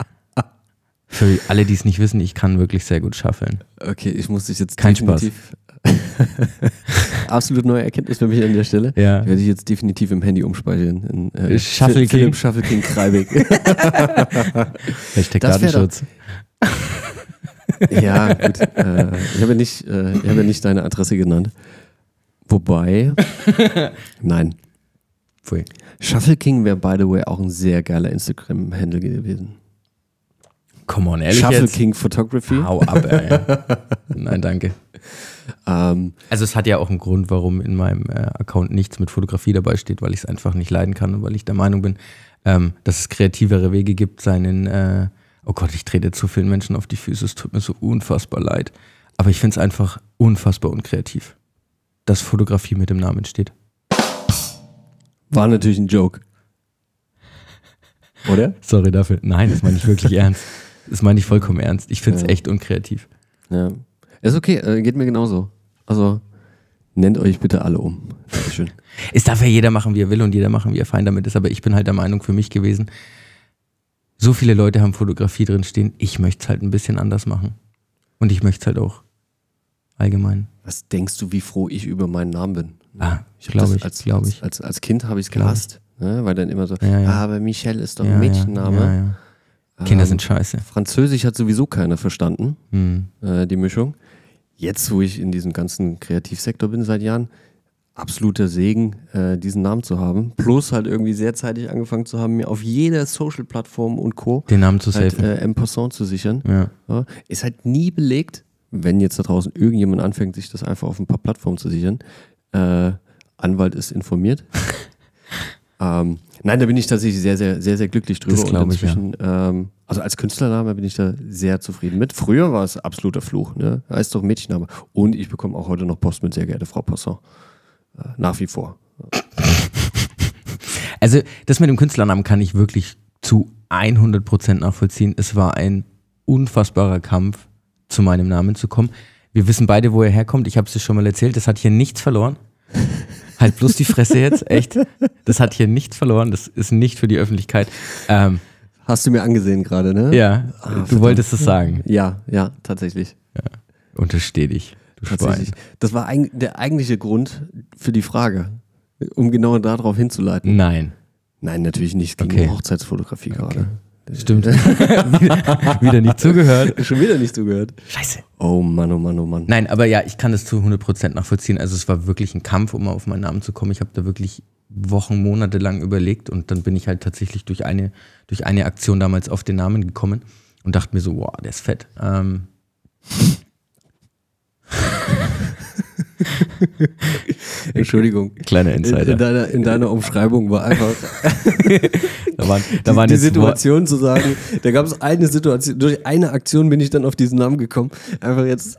Für alle, die es nicht wissen, ich kann wirklich sehr gut shuffeln. okay, ich muss dich jetzt Kein definitiv. Absolut neue Erkenntnis für mich an der Stelle. Ja. Die werde ich jetzt definitiv im Handy umspeichern. In, äh, Shuffle King. Philipp Shuffle King Kreibig. Hashtag Das wär Datenschutz. Ja, gut. Äh, ich habe ja, nicht, äh, ich habe ja nicht deine Adresse genannt. Wobei, nein. Pfui. Shuffle King wäre, by the way, auch ein sehr geiler Instagram-Handle gewesen. Come on, ehrlich Shuffle jetzt? King Photography. Hau ab, ey. Nein, danke. Ähm, Also es hat ja auch einen Grund, warum in meinem äh, Account nichts mit Fotografie dabei steht, weil ich es einfach nicht leiden kann und weil ich der Meinung bin, ähm, dass es kreativere Wege gibt, seinen, äh, oh Gott, ich trete zu vielen Menschen auf die Füße, es tut mir so unfassbar leid. Aber ich finde es einfach unfassbar unkreativ, dass Fotografie mit dem Namen steht. war natürlich ein Joke. Oder? Sorry dafür. Nein, das meine ich wirklich ernst. Das meine ich vollkommen ernst. Ich finde es Ja. echt unkreativ. Ja. Ist okay, äh, geht mir genauso. Also, nennt euch bitte alle um. Dankeschön. Es darf ja jeder machen, wie er will und jeder machen, wie er fein damit ist, aber ich bin halt der Meinung für mich gewesen, so viele Leute haben Fotografie drin stehen, ich möchte es halt ein bisschen anders machen. Und ich möchte es halt auch allgemein. Was denkst du, wie froh ich über meinen Namen bin? Ah, Ich hab glaube das ich, als, glaube als, ich. als, als Kind habe ich es Glaub gehasst. Ne? Weil dann immer so, Ja, ja. ah, aber Michelle ist doch Ja, ein Mädchenname. Ja, ja, ja. Kinder Ähm, sind scheiße. Französisch hat sowieso keiner verstanden, Hm. äh, die Mischung. Jetzt, wo ich in diesem ganzen Kreativsektor bin seit Jahren, absoluter Segen, äh, diesen Namen zu haben. Plus halt irgendwie sehr zeitig angefangen zu haben, mir auf jeder Social-Plattform und Co. Den Namen zu halt safen. äh, en passant zu sichern. Ja. Ja, ist halt nie belegt, wenn jetzt da draußen irgendjemand anfängt, sich das einfach auf ein paar Plattformen zu sichern. Äh, Anwalt ist informiert. ähm, nein, da bin ich tatsächlich sehr, sehr, sehr, sehr glücklich drüber. Das glaub ich, ja. ähm, also als Künstlername bin ich da sehr zufrieden mit. Früher war es absoluter Fluch, ne? Heißt doch Mädchenname. Und ich bekomme auch heute noch Post mit sehr geehrte Frau Passant. Äh, nach wie vor. Also das mit dem Künstlernamen kann ich wirklich zu hundert Prozent nachvollziehen. Es war ein unfassbarer Kampf, zu meinem Namen zu kommen. Wir wissen beide, wo er herkommt. Ich habe es dir schon mal erzählt. Das hat hier nichts verloren. Halt bloß die Fresse jetzt, echt. Das hat hier nichts verloren. Das ist nicht für die Öffentlichkeit. Ähm, Hast du mir angesehen gerade, ne? Ja, Ah, du verdammt. wolltest es sagen. Ja, ja, tatsächlich. Untersteh dich, du Tatsächlich. Schwein. Das war eig- der eigentliche Grund für die Frage, um genau darauf hinzuleiten. Nein. Nein, natürlich nicht. Es ging Okay. um Hochzeitsfotografie gerade. Stimmt. wieder, wieder nicht zugehört. Schon wieder nicht zugehört. Scheiße. Oh Mann, oh Mann, oh Mann. Nein, aber ja, ich kann das zu hundert Prozent nachvollziehen. Also es war wirklich ein Kampf, um auf meinen Namen zu kommen. Ich habe da wirklich Wochen, Monate lang überlegt und dann bin ich halt tatsächlich durch eine, durch eine Aktion damals auf den Namen gekommen und dachte mir so, wow, der ist fett. Ähm, Entschuldigung. Kleiner In, Insider. in, deiner, in deiner Umschreibung war einfach Da waren, da die, waren die jetzt Situation zu sagen, da gab es eine Situation, durch eine Aktion bin ich dann auf diesen Namen gekommen. Einfach jetzt.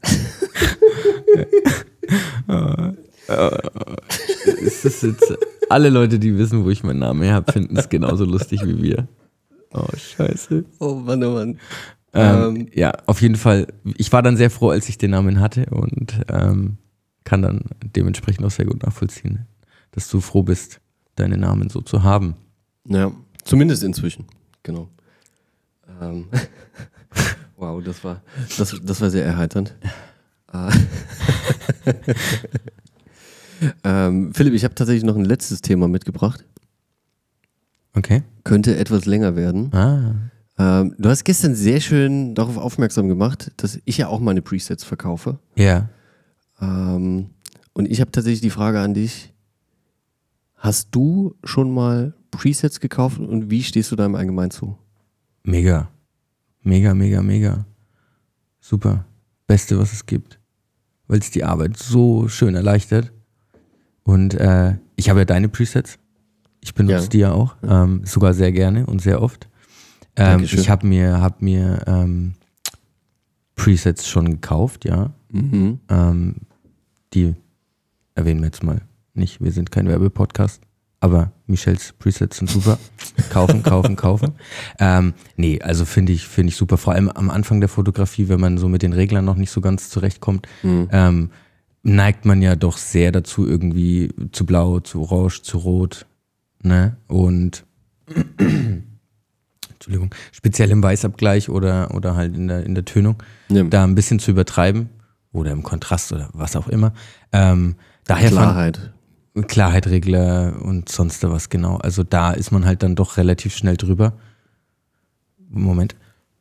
Es ist jetzt, alle Leute, die wissen, wo ich meinen Namen her habe, finden es genauso lustig wie wir. Oh, scheiße. Oh Mann, oh Mann. Ähm, Ähm. ja, auf jeden Fall. Ich war dann sehr froh, als ich den Namen hatte und ähm, kann dann dementsprechend auch sehr gut nachvollziehen, dass du froh bist, deinen Namen so zu haben. Ja, zumindest inzwischen. Genau. Ähm. Wow, das war, das, das war sehr erheiternd. Äh. ähm, Philipp, ich habe tatsächlich noch ein letztes Thema mitgebracht. Okay. Könnte etwas länger werden. Ah. Ähm, du hast gestern sehr schön darauf aufmerksam gemacht, dass ich ja auch meine Presets verkaufe. Ja. Ähm, und ich habe tatsächlich die Frage an dich. Hast du schon mal Presets gekauft und wie stehst du da im Allgemeinen zu? Mega. Mega, mega, mega. Super. Beste, was es gibt. Weil es die Arbeit so schön erleichtert. Und äh, ich habe ja deine Presets. Ich benutze Ja. die ja auch. Ähm, sogar sehr gerne und sehr oft. Ähm, Dankeschön. ich habe mir, hab mir ähm, Presets schon gekauft, ja. Mhm. Ähm, die erwähnen wir jetzt mal nicht. Wir sind kein Werbepodcast. Aber Michels Presets sind super. Kaufen, kaufen, kaufen. Ähm, nee, also finde ich, finde ich super. Vor allem am Anfang der Fotografie, wenn man so mit den Reglern noch nicht so ganz zurechtkommt, Mhm. ähm, neigt man ja doch sehr dazu, irgendwie zu blau, zu orange, zu rot. Ne? Und Entschuldigung, speziell im Weißabgleich oder, oder halt in der, in der Tönung, Ja. da ein bisschen zu übertreiben oder im Kontrast oder was auch immer. Ähm, daher fand- Klarheit. Klarheitregler und sonst was, genau. Also da ist man halt dann doch relativ schnell drüber. Moment.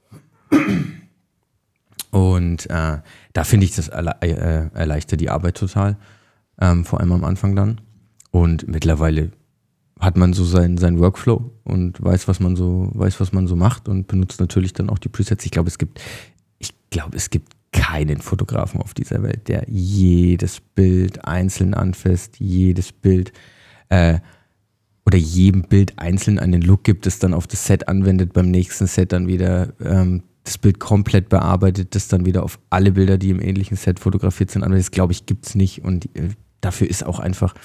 Und äh, da finde ich, das erle äh, erleichtert die Arbeit total. Ähm, vor allem am Anfang dann. Und mittlerweile hat man so seinen sein Workflow und weiß, was man so, weiß, was man so macht und benutzt natürlich dann auch die Presets. Ich glaube, es gibt, ich glaube, es gibt keinen Fotografen auf dieser Welt, der jedes Bild einzeln anfasst, jedes Bild äh, oder jedem Bild einzeln einen Look gibt, das dann auf das Set anwendet, beim nächsten Set dann wieder ähm, das Bild komplett bearbeitet, das dann wieder auf alle Bilder, die im ähnlichen Set fotografiert sind, anwendet. Das glaube ich, gibt es nicht und äh, dafür ist auch einfach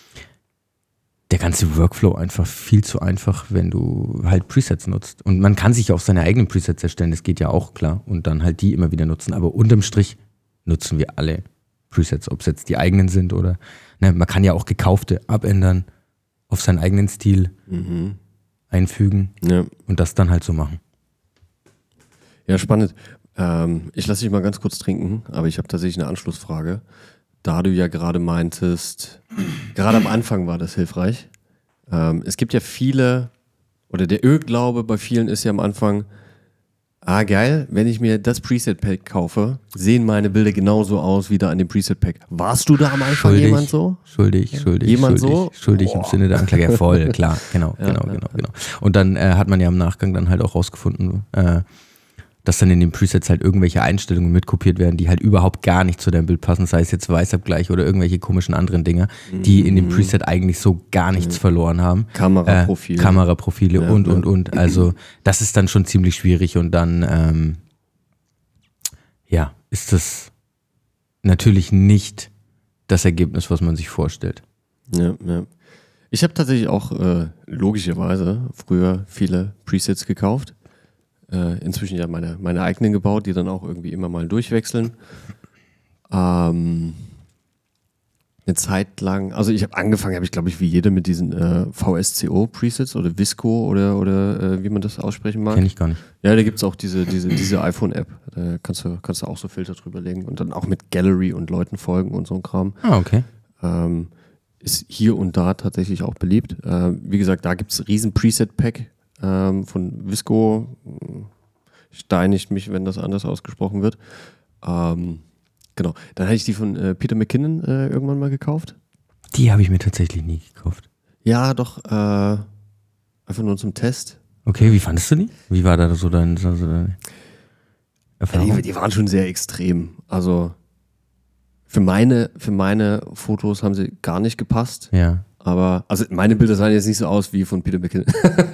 der ganze Workflow einfach viel zu einfach, wenn du halt Presets nutzt. Und man kann sich auch seine eigenen Presets erstellen, das geht ja auch klar. Und dann halt die immer wieder nutzen. Aber unterm Strich nutzen wir alle Presets, ob es jetzt die eigenen sind oder ne, man kann ja auch gekaufte abändern, auf seinen eigenen Stil Mhm. einfügen Ja. und das dann halt so machen. Ja, spannend. Ähm, ich lasse dich mal ganz kurz trinken, aber ich habe tatsächlich eine Anschlussfrage. Da du ja gerade meintest, gerade am Anfang war das hilfreich. Ähm, es gibt ja viele, oder der Irrglaube bei vielen ist ja am Anfang, ah geil, wenn ich mir das Preset-Pack kaufe, sehen meine Bilder genauso aus wie da an dem Preset-Pack. Warst du da am Anfang Schuldig, jemand so? Schuldig, schuldig, Jemand schuldig, so? schuldig im Boah. Sinne der Anklage. Ja, voll, klar, genau, Ja, genau, ja, genau, genau. Und dann äh, hat man ja im Nachgang dann halt auch rausgefunden, äh, dass dann in den Presets halt irgendwelche Einstellungen mitkopiert werden, die halt überhaupt gar nicht zu deinem Bild passen, sei es jetzt Weißabgleich oder irgendwelche komischen anderen Dinger, die in dem Preset eigentlich so gar nichts verloren haben. Kameraprofile. Äh, Kameraprofile Ja, und, ja. und, und. Also das ist dann schon ziemlich schwierig und dann ähm, ja, ist das natürlich nicht das Ergebnis, was man sich vorstellt. Ja, ja. Ich habe tatsächlich auch äh, logischerweise früher viele Presets gekauft. Äh, inzwischen ja meine, meine eigenen gebaut, die dann auch irgendwie immer mal durchwechseln. Ähm, eine Zeit lang, also ich habe angefangen, habe ich glaube ich wie jeder mit diesen äh, V S C O-Presets oder Visco oder, oder äh, wie man das aussprechen mag. Kenn ich gar nicht. Ja, da gibt es auch diese, diese, diese iPhone-App. Da kannst du, kannst du auch so Filter drüber legen und dann auch mit Gallery und Leuten folgen und so ein Kram. Ah, okay. Ähm, ist hier und da tatsächlich auch beliebt. Ähm, wie gesagt, da gibt es riesen Preset-Pack ähm, von Visco. Steinigt mich, wenn das anders ausgesprochen wird. Ähm, genau. Dann hatte ich die von äh, Peter McKinnon äh, irgendwann mal gekauft. Die habe ich mir tatsächlich nie gekauft. Ja, doch. Äh, einfach nur zum Test. Okay, wie fandest du die? Wie war da so dein, so deine Erfahrung? Ja, die, die waren schon sehr extrem. Also für meine, für meine Fotos haben sie gar nicht gepasst. Ja. Aber, also meine Bilder sahen jetzt nicht so aus wie von Peter McKinnon.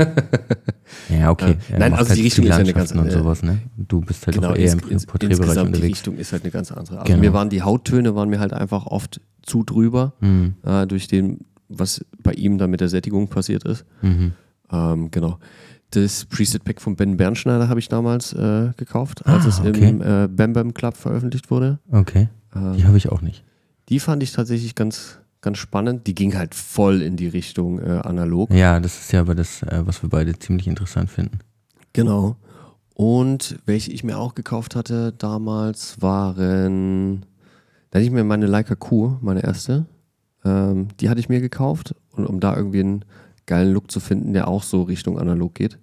Ja, okay. Ja, nein, also die Richtung ist ja eine ganz und andere. sowas, ne? Du bist halt Genau, auch eher ins, im ins, Porträtbereich insgesamt unterwegs. die Richtung ist halt eine ganz andere. Also Genau. mir waren die Hauttöne waren mir halt einfach oft zu drüber, Mhm. äh, durch den, was bei ihm da mit der Sättigung passiert ist. Mhm. Ähm, genau. Das Preset-Pack von Ben Bernschneider habe ich damals äh, gekauft, als Ah, es okay. im äh, Bam Bam Club veröffentlicht wurde. Okay. Ähm, Die habe ich auch nicht. Die fand ich tatsächlich ganz, ganz spannend. Die ging halt voll in die Richtung äh, analog. Ja, das ist ja aber das, äh, was wir beide ziemlich interessant finden. Genau. Und welche ich mir auch gekauft hatte damals waren, da hatte ich mir meine Leica Q, meine erste, ähm, die hatte ich mir gekauft, und um da irgendwie einen geilen Look zu finden, der auch so Richtung analog geht,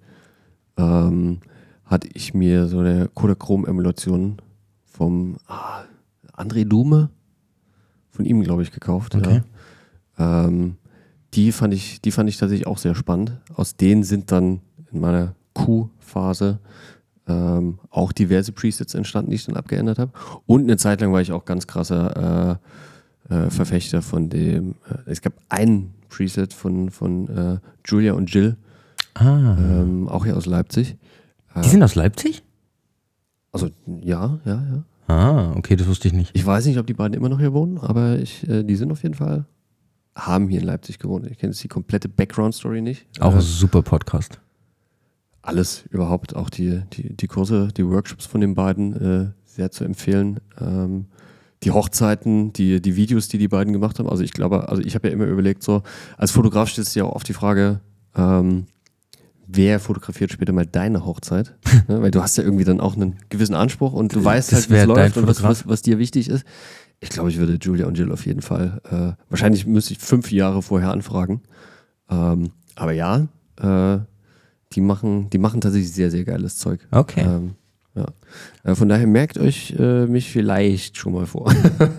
ähm, hatte ich mir so eine Kodachrom-Emulation vom ah, André Dume, von ihm, glaube ich, gekauft. Okay. Ja. Ähm, die fand ich, die fand ich tatsächlich auch sehr spannend. Aus denen sind dann in meiner Q-Phase ähm, auch diverse Presets entstanden, die ich dann abgeändert habe. Und eine Zeit lang war ich auch ganz krasser äh, äh, Verfechter von dem, äh, es gab ein Preset von, von äh, Julia und Jill, Ah. ähm, auch hier aus Leipzig. Die sind aus Leipzig? Also ja, ja, ja. Ah, okay, das wusste ich nicht. Ich weiß nicht, ob die beiden immer noch hier wohnen, aber ich, äh, die sind auf jeden Fall, haben hier in Leipzig gewohnt. Ich kenne jetzt die komplette Background-Story nicht. Auch Äh, ein super Podcast. alles überhaupt, auch die, die, die Kurse, die Workshops von den beiden äh, sehr zu empfehlen. Ähm, die Hochzeiten, die, die Videos, die die beiden gemacht haben. Also ich glaube, also ich habe ja immer überlegt, so als Fotograf stellst du ja auch oft die Frage, ähm, wer fotografiert später mal deine Hochzeit? Ne? Weil du hast ja irgendwie dann auch einen gewissen Anspruch und du weißt Das halt, wie es wär dein läuft und was, Fotograf. was, was dir wichtig ist. Ich glaube, ich würde Julia und Jill auf jeden Fall, äh, wahrscheinlich müsste ich fünf Jahre vorher anfragen. Ähm, aber ja, äh, die machen, die machen tatsächlich sehr, sehr geiles Zeug. Okay. Ähm, ja. Äh, von daher merkt euch äh, mich vielleicht schon mal vor.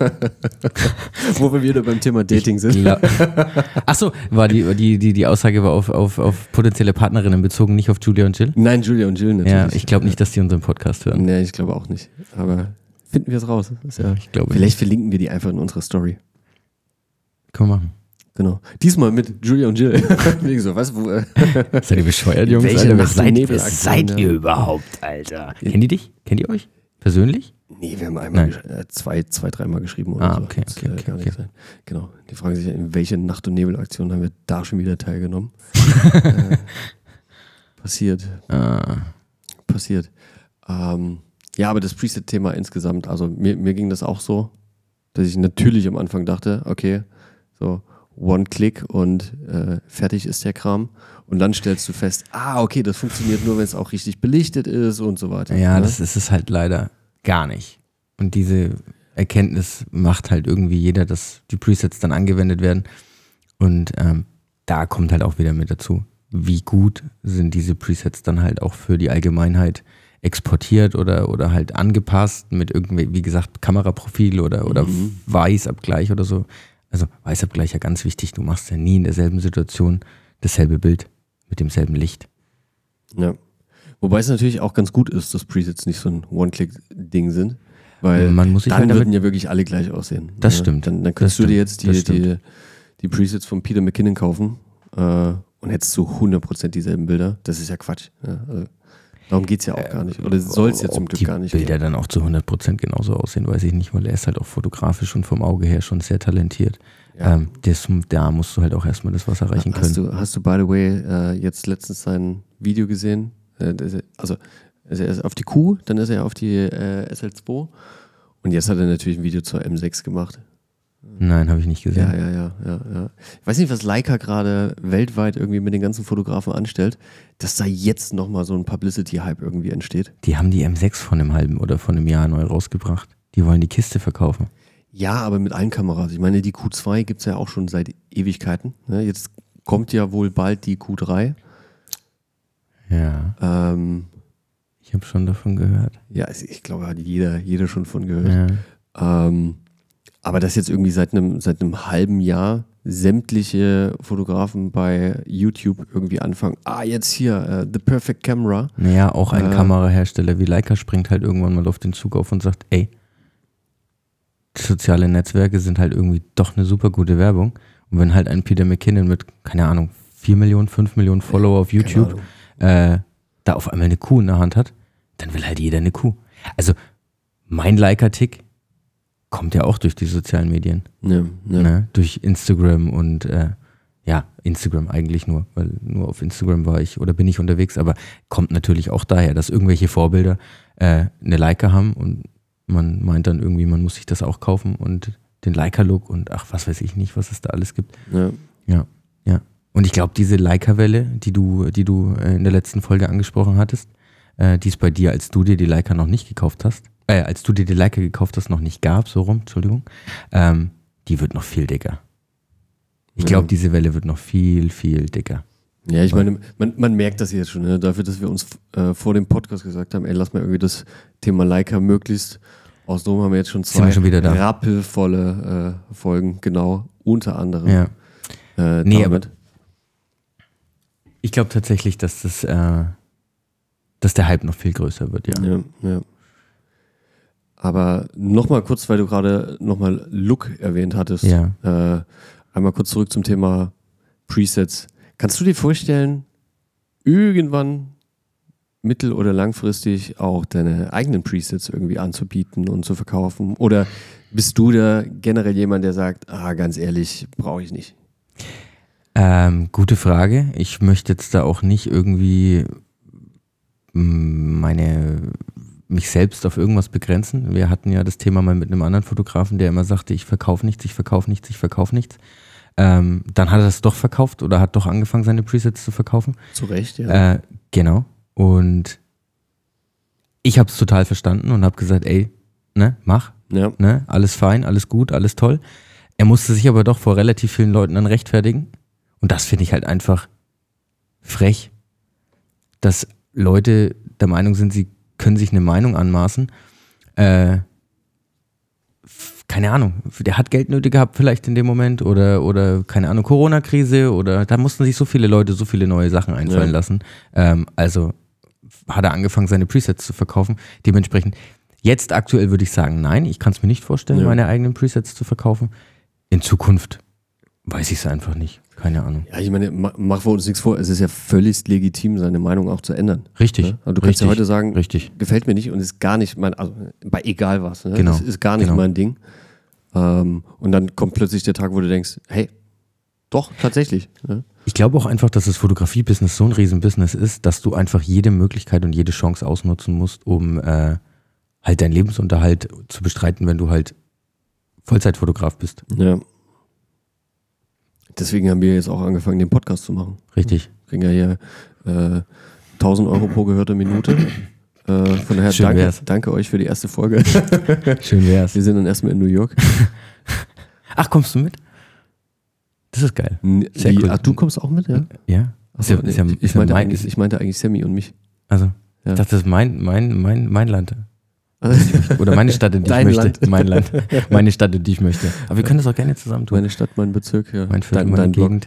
Wo wir wieder beim Thema Dating sind. Achso, war die, die, die, die Aussage war auf, auf, auf potenzielle Partnerinnen bezogen, nicht auf Julia und Jill? Nein, Julia und Jill natürlich. Ja, ich glaube nicht, dass die unseren Podcast hören. Nee, ich glaube auch nicht. Aber finden wir es raus. Ist ja, Ich glaube vielleicht verlinken wir die einfach in unserer Story. Können wir machen. Genau. Diesmal mit Julia und Jill. Wie so, was? Wo, äh, Seid ihr bescheuert, Jungs? Welche Alter, wer Nacht- und seid, wer Nebelaktion, seid ja. ihr überhaupt, Alter? Kennt ihr dich? Kennt ihr euch? Persönlich? nee, wir haben einmal Nein. gesch- äh, zwei, zwei, dreimal geschrieben oder Ah, so. okay, Das, okay, äh, okay, gar okay. nicht sein. Genau. Die fragen sich, in welche Nacht- und Nebelaktion haben wir da schon wieder teilgenommen? äh, passiert. Ah. passiert. Ähm, ja, aber das Preset-Thema insgesamt, also mir, mir ging das auch so, dass ich natürlich am Anfang dachte, okay, so One-Click und äh, fertig ist der Kram. Und dann stellst du fest, ah, okay, das funktioniert nur, wenn es auch richtig belichtet ist und so weiter. Ja, ne? das ist es halt leider gar nicht. Und diese Erkenntnis macht halt irgendwie jeder, dass die Presets dann angewendet werden. Und ähm, da kommt halt auch wieder mit dazu, wie gut sind diese Presets dann halt auch für die Allgemeinheit exportiert oder, oder halt angepasst mit irgendwie, wie gesagt, Kameraprofil oder, oder Mhm. Weißabgleich oder so. Also Weißabgleich ja ganz wichtig, du machst ja nie in derselben Situation dasselbe Bild mit demselben Licht. Ja. Wobei es natürlich auch ganz gut ist, dass Presets nicht so ein One-Click-Ding sind, weil Man muss sich dann halt damit- würden ja wirklich alle gleich aussehen. Das Ja, stimmt. Dann, dann Das könntest du dir stimmt. jetzt Das die, stimmt. die, die Presets von Peter McKinnon kaufen äh, und hättest zu hundert Prozent dieselben Bilder. Das ist ja Quatsch. Ja, also, darum geht es ja auch gar nicht. Oder soll es ja zum Ob Glück die gar nicht. Bilder dann auch zu hundert Prozent genauso aussehen, weiß ich nicht, weil er ist halt auch fotografisch und vom Auge her schon sehr talentiert. Ja. Ähm, das, da musst du halt auch erstmal das Wasser reichen können. Hast du, hast du, by the way, äh, jetzt letztens sein Video gesehen? Äh, das ist- also, also er ist auf die Q, dann ist er auf die äh, S L zwei und jetzt hat er natürlich ein Video zur M sechs gemacht. Nein, habe ich nicht gesehen. Ja, ja, ja, ja, ja. Ich weiß nicht, was Leica gerade weltweit irgendwie mit den ganzen Fotografen anstellt, dass da jetzt nochmal so ein Publicity-Hype irgendwie entsteht. Die haben die M sechs von einem halben oder von einem Jahr neu rausgebracht. Die wollen die Kiste verkaufen. Ja, aber mit allen Kameras. Ich meine, die Q zwei gibt es ja auch schon seit Ewigkeiten. Ne? Jetzt kommt ja wohl bald die Q drei. Ja. Ähm, ich habe schon davon gehört. Ja, ich glaube, hat jeder, jeder schon von gehört. Ja. Ähm, aber dass jetzt irgendwie seit einem, seit einem halben Jahr sämtliche Fotografen bei YouTube irgendwie anfangen, ah, jetzt hier, uh, The Perfect Camera. Naja, auch ein äh, Kamerahersteller wie Leica springt halt irgendwann mal auf den Zug auf und sagt, ey, soziale Netzwerke sind halt irgendwie doch eine super gute Werbung. Und wenn halt ein Peter McKinnon mit, keine Ahnung, vier Millionen, fünf Millionen Follower auf YouTube äh, da auf einmal eine Kuh in der Hand hat, dann will halt jeder eine Kuh. Also mein Leica-Tick kommt ja auch durch die sozialen Medien. Ja, ja. Ne? Durch Instagram und äh, ja, Instagram eigentlich nur, weil nur auf Instagram war ich oder bin ich unterwegs, aber kommt natürlich auch daher, dass irgendwelche Vorbilder äh, eine Leica haben und man meint dann irgendwie, man muss sich das auch kaufen und den Leica-Look und ach, was weiß ich nicht, was es da alles gibt. Ja, ja. ja. Und ich glaube, diese Leica-Welle, die du, die du äh, in der letzten Folge angesprochen hattest, äh, die es bei dir, als du dir die Leica noch nicht gekauft hast, äh, als du dir die Leica gekauft hast, noch nicht gab, so rum, Entschuldigung, ähm, die wird noch viel dicker. Ich glaube, ja. diese Welle wird noch viel, viel dicker. Ja, ich meine, man, man merkt das jetzt schon, ne? Dafür, dass wir uns äh, vor dem Podcast gesagt haben, ey, lass mal irgendwie das Thema Leica möglichst ausdrücken, haben wir jetzt schon zwei schon wieder da. rappelvolle äh, Folgen, genau, unter anderem. Ja. Äh, nee, damit. aber ich glaube tatsächlich, dass das, äh, dass der Hype noch viel größer wird, ja. Ja, ja. Aber nochmal kurz, weil du gerade nochmal Look erwähnt hattest, ja. äh, einmal kurz zurück zum Thema Presets. Kannst du dir vorstellen, irgendwann mittel- oder langfristig auch deine eigenen Presets irgendwie anzubieten und zu verkaufen? Oder bist du da generell jemand, der sagt, ah, ganz ehrlich, brauche ich nicht? Ähm, gute Frage. Ich möchte jetzt da auch nicht irgendwie meine, mich selbst auf irgendwas begrenzen. Wir hatten ja das Thema mal mit einem anderen Fotografen, der immer sagte, ich verkaufe nichts, ich verkaufe nichts, ich verkaufe nichts. Ähm, dann hat er das doch verkauft oder hat doch angefangen, seine Presets zu verkaufen. Zu Recht, ja. Äh, genau. Und ich habe es total verstanden und habe gesagt, ey, ne, mach. Ja. Ne, alles fein, alles gut, alles toll. Er musste sich aber doch vor relativ vielen Leuten dann rechtfertigen. Und das finde ich halt einfach frech, dass Leute der Meinung sind, sie können sich eine Meinung anmaßen. Äh, keine Ahnung, der hat Geld nötig gehabt vielleicht in dem Moment oder, oder keine Ahnung, Corona-Krise oder da mussten sich so viele Leute so viele neue Sachen einfallen ja. lassen. Ähm, also hat er angefangen, seine Presets zu verkaufen. Dementsprechend, jetzt aktuell würde ich sagen, nein, ich kann es mir nicht vorstellen, ja. meine eigenen Presets zu verkaufen. In Zukunft weiß ich es einfach nicht. Keine Ahnung. Ja, ich meine, mach wir uns nichts vor, es ist ja völlig legitim, seine Meinung auch zu ändern. Richtig. Ne? Also du kannst richtig, ja heute sagen, richtig. gefällt mir nicht und ist gar nicht mein, also bei egal was, ne? Genau. Das ist gar nicht genau. mein Ding. Ähm, und dann kommt plötzlich der Tag, wo du denkst, hey, doch, tatsächlich. Ne? Ich glaube auch einfach, dass das Fotografie-Business so ein Riesen-Business ist, dass du einfach jede Möglichkeit und jede Chance ausnutzen musst, um äh, halt deinen Lebensunterhalt zu bestreiten, wenn du halt Vollzeitfotograf bist. Ja. Deswegen haben wir jetzt auch angefangen, den Podcast zu machen. Richtig. Wir kriegen ja hier äh, tausend Euro pro gehörte Minute. Äh, von daher Schön danke, wär's. danke euch für die erste Folge. Schön wär's. Wir sind dann erstmal in New York. Ach, kommst du mit? Das ist geil. Sehr cool. Ach, du kommst auch mit, ja? Ja. Ist ja, ist ja ich, ich, meinte mein, ich meinte eigentlich Sammy und mich. Also, ja. Ich dachte, das ist mein, mein, mein, mein Land. Oder meine Stadt, in die Dein ich möchte. Land. Mein Land. Meine Stadt, in die ich möchte. Aber wir können das auch gerne zusammen tun. Meine Stadt, mein Bezirk, ja. Mein Viertel, meine Gegend.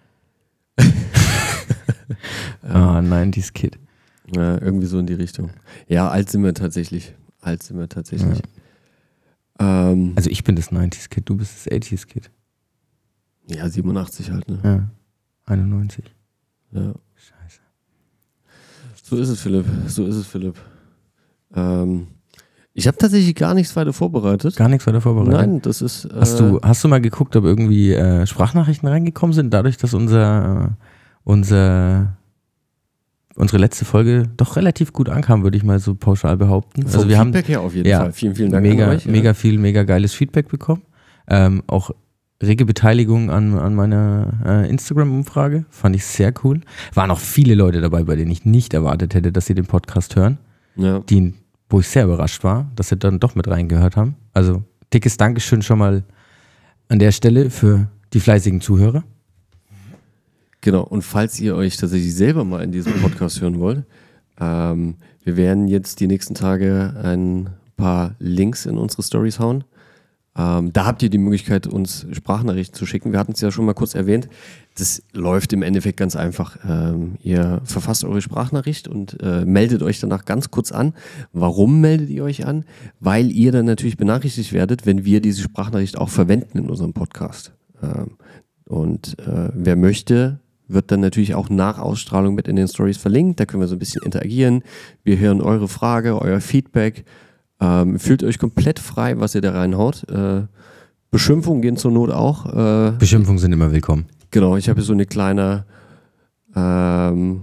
Ah, neunziger Kid. Ja, irgendwie so in die Richtung. Ja, alt sind wir tatsächlich. Alt sind wir tatsächlich. Ja. Ähm, also ich bin das neunziger Kid, du bist das achtziger Kid. Ja, siebenundachtzig halt, ne? Ja, einundneunzig. Ja. Scheiße. So ist es, Philipp. So ist es, Philipp. Ähm, ich habe tatsächlich gar nichts weiter vorbereitet. Gar nichts weiter vorbereitet? Nein, das ist... Äh, hast, du, hast du mal geguckt, ob irgendwie äh, Sprachnachrichten reingekommen sind, dadurch, dass unser, äh, unser, unsere letzte Folge doch relativ gut ankam, würde ich mal so pauschal behaupten. Also wir Feedback haben, her auf jeden ja, Fall. Vielen, vielen Dank mega, an euch. Mega ja. viel, mega geiles Feedback bekommen. Ähm, auch rege Beteiligung an, an meiner äh, Instagram-Umfrage. Fand ich sehr cool. Waren auch viele Leute dabei, bei denen ich nicht erwartet hätte, dass sie den Podcast hören. Ja. Die, wo ich sehr überrascht war, dass sie dann doch mit reingehört haben. Also dickes Dankeschön schon mal an der Stelle für die fleißigen Zuhörer. Genau, und falls ihr euch tatsächlich selber mal in diesem Podcast hören wollt, ähm, wir werden jetzt die nächsten Tage ein paar Links in unsere Stories hauen. Ähm, da habt ihr die Möglichkeit, uns Sprachnachrichten zu schicken. Wir hatten es ja schon mal kurz erwähnt. Das läuft im Endeffekt ganz einfach. Ähm, ihr verfasst eure Sprachnachricht und äh, meldet euch danach ganz kurz an. Warum meldet ihr euch an? Weil ihr dann natürlich benachrichtigt werdet, wenn wir diese Sprachnachricht auch verwenden in unserem Podcast. Ähm, und äh, wer möchte, wird dann natürlich auch nach Ausstrahlung mit in den Stories verlinkt. Da können wir so ein bisschen interagieren. Wir hören eure Frage, euer Feedback. Ähm, fühlt euch komplett frei, was ihr da reinhaut. Äh, Beschimpfungen gehen zur Not auch. Äh, Beschimpfungen sind immer willkommen. Genau, ich habe hier so eine kleine ähm,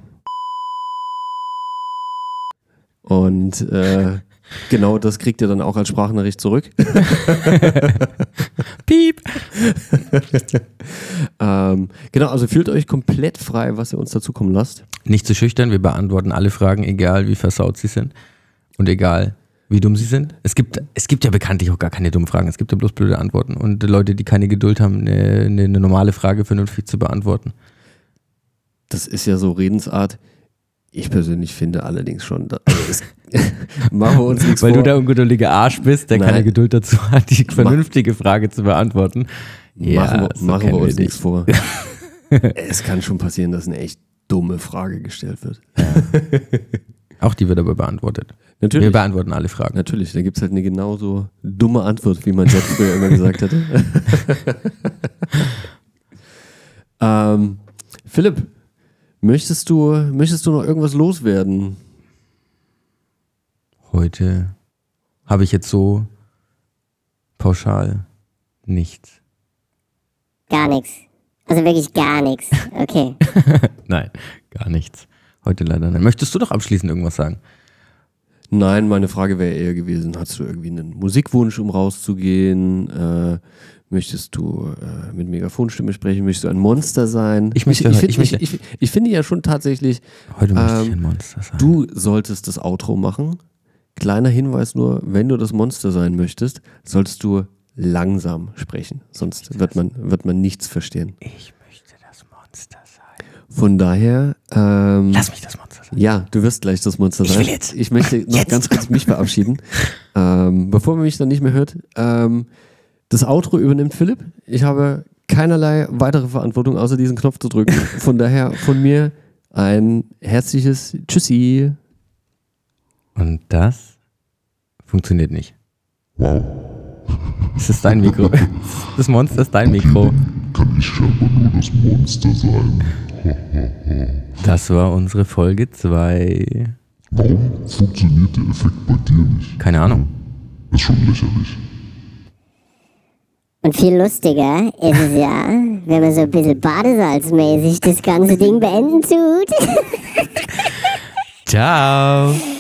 und äh, genau das kriegt ihr dann auch als Sprachnachricht zurück. Piep! ähm, genau, also fühlt euch komplett frei, was ihr uns dazu kommen lasst. Nicht zu schüchtern, wir beantworten alle Fragen, egal wie versaut sie sind und egal wie dumm sie sind. Es gibt, es gibt ja bekanntlich auch gar keine dummen Fragen, es gibt ja bloß blöde Antworten und Leute, die keine Geduld haben, eine, eine, eine normale Frage vernünftig zu beantworten. Das ist ja so Redensart. Ich persönlich finde allerdings schon, dass, also es, machen wir uns nichts Weil vor. du der ungeduldige Arsch bist, der Nein. keine Geduld dazu hat, die vernünftige Frage zu beantworten. Ja, machen wir, so machen wir kennen uns wir nichts dich. vor. Es kann schon passieren, dass eine echt dumme Frage gestellt wird. Auch die wird aber beantwortet. Natürlich. Wir beantworten alle Fragen. Natürlich, da gibt es halt eine genauso dumme Antwort, wie mein Dad früher immer gesagt hatte. ähm, Philipp, möchtest du, möchtest du noch irgendwas loswerden? Heute habe ich jetzt so pauschal nichts. Gar nichts. Also wirklich gar nichts. Okay. Nein, gar nichts. Heute leider nicht. Möchtest du doch abschließend irgendwas sagen? Nein, meine Frage wäre eher gewesen, hast du irgendwie einen Musikwunsch, um rauszugehen? Äh, möchtest du äh, mit Megafonstimme sprechen? Möchtest du ein Monster sein? Ich möchte- ich, ich, ich find, ich, möchte- ich, ich finde ja schon tatsächlich, Heute möchte ich Ähm, ein Monster sein. du solltest das Outro machen. Kleiner Hinweis nur, wenn du das Monster sein möchtest, solltest du langsam sprechen. Sonst wird man, wird man nichts verstehen. Ich möchte das Monster sein. Von daher, ähm, Lass mich das Monster sein. ja, du wirst gleich das Monster Ich sein. will jetzt. Ich möchte noch Jetzt. ganz kurz mich verabschieden, ähm, bevor man mich dann nicht mehr hört. Ähm, das Outro übernimmt Philipp. Ich habe keinerlei weitere Verantwortung, außer diesen Knopf zu drücken. Von daher von mir ein herzliches Tschüssi. Und das funktioniert nicht. Wow. Es ist dein Mikro. Das Monster ist dein Mikro. Kann ich aber nur das Monster sein. Das war unsere Folge zwei. Warum funktioniert der Effekt bei dir nicht? Keine Ahnung. Ist schon lächerlich. Und viel lustiger ist es ja, wenn man so ein bisschen badesalzmäßig das ganze Ding beenden tut. Ciao.